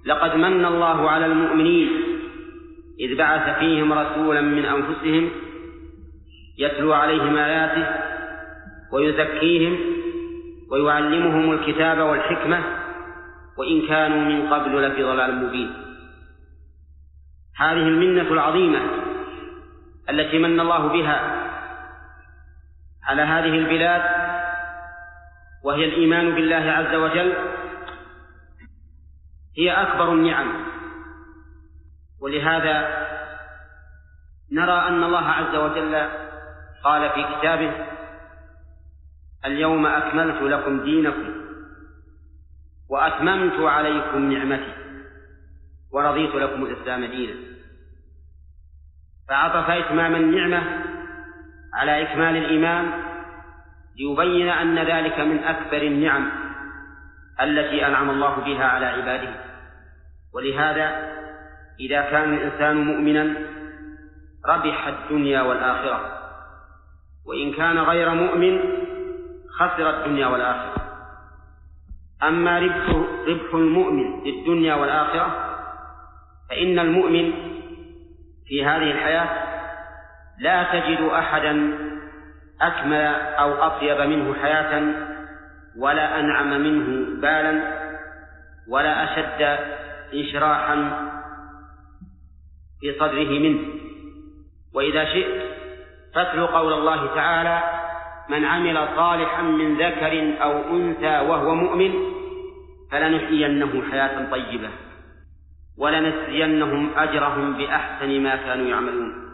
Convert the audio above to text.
لقد من الله على المؤمنين إذ بعث فيهم رسولا من أنفسهم يتلو عليهم آياته ويزكيهم ويعلمهم الكتاب والحكمة وإن كانوا من قبل لفي ضلال مبين. هذه المنة العظيمة التي من الله بها على هذه البلاد، وهي الإيمان بالله عز وجل، هي أكبر النعم. ولهذا نرى أن الله عز وجل قال في كتابه: اليوم أكملت لكم دينكم وأتممت عليكم نعمتي ورضيت لكم الإسلام دينا. فعطف إتمام النعمة على إكمال الإيمان ليبين أن ذلك من أكبر النعم التي أنعم الله بها على عباده. ولهذا إذا كان الإنسان مؤمنا ربح الدنيا والآخرة، وإن كان غير مؤمن خسر الدنيا والآخرة. أما ربح المؤمن في الدنيا والآخرة فإن المؤمن في هذه الحياة لا تجد أحدا أكمل أو أطيب منه حياة ولا أنعم منه بالا ولا أشد انشراحا في صدره منه. وإذا شئت فاتل قول الله تعالى: من عمل صالحا من ذكر أو أنثى وهو مؤمن فلنحيينه حياة طيبة ولنجزينهم أجرهم بأحسن ما كانوا يعملون.